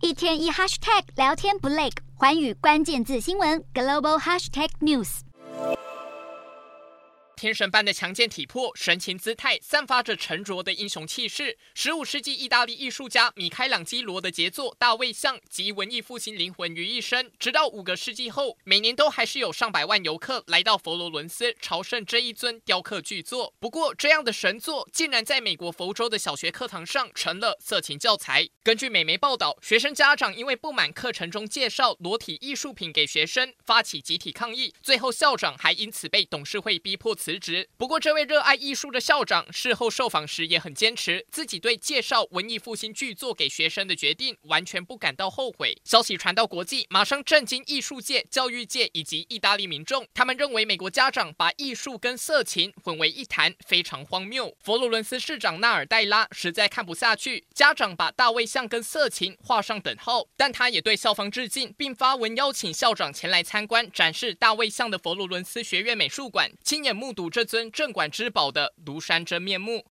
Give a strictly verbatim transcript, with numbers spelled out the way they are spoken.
一天一 hashtag 聊天不累，寰宇关键字新闻 global hashtag news。 天神般的强健体魄，神情姿态，散发着沉着的英雄气势。十五世纪意大利艺术家米开朗基罗的杰作《大卫像》集文艺复兴灵魂于一身。直到五个世纪后，每年都还是有上百万游客来到佛罗伦斯朝圣这一尊雕刻巨作。不过，这样的神作竟然在美国佛州的小学课堂上成了色情教材。根据美媒报道，学生家长因为不满课程中介绍裸体艺术品给学生，发起集体抗议，最后校长还因此被董事会逼迫辞职。不过，这位热爱艺术的校长事后受访时也很坚持，自己对介绍文艺复兴巨作给学生的决定完全不感到后悔。消息传到国际，马上震惊艺术界、教育界以及意大利民众。他们认为美国家长把艺术跟色情混为一谈，非常荒谬。佛罗伦斯市长纳尔戴拉实在看不下去，家长把大卫像跟色情画上等号，但他也对校方致敬，并发文邀请校长前来参观展示大卫像的佛罗伦斯学院美术馆，亲眼目睹这尊镇馆之宝的庐山真面目。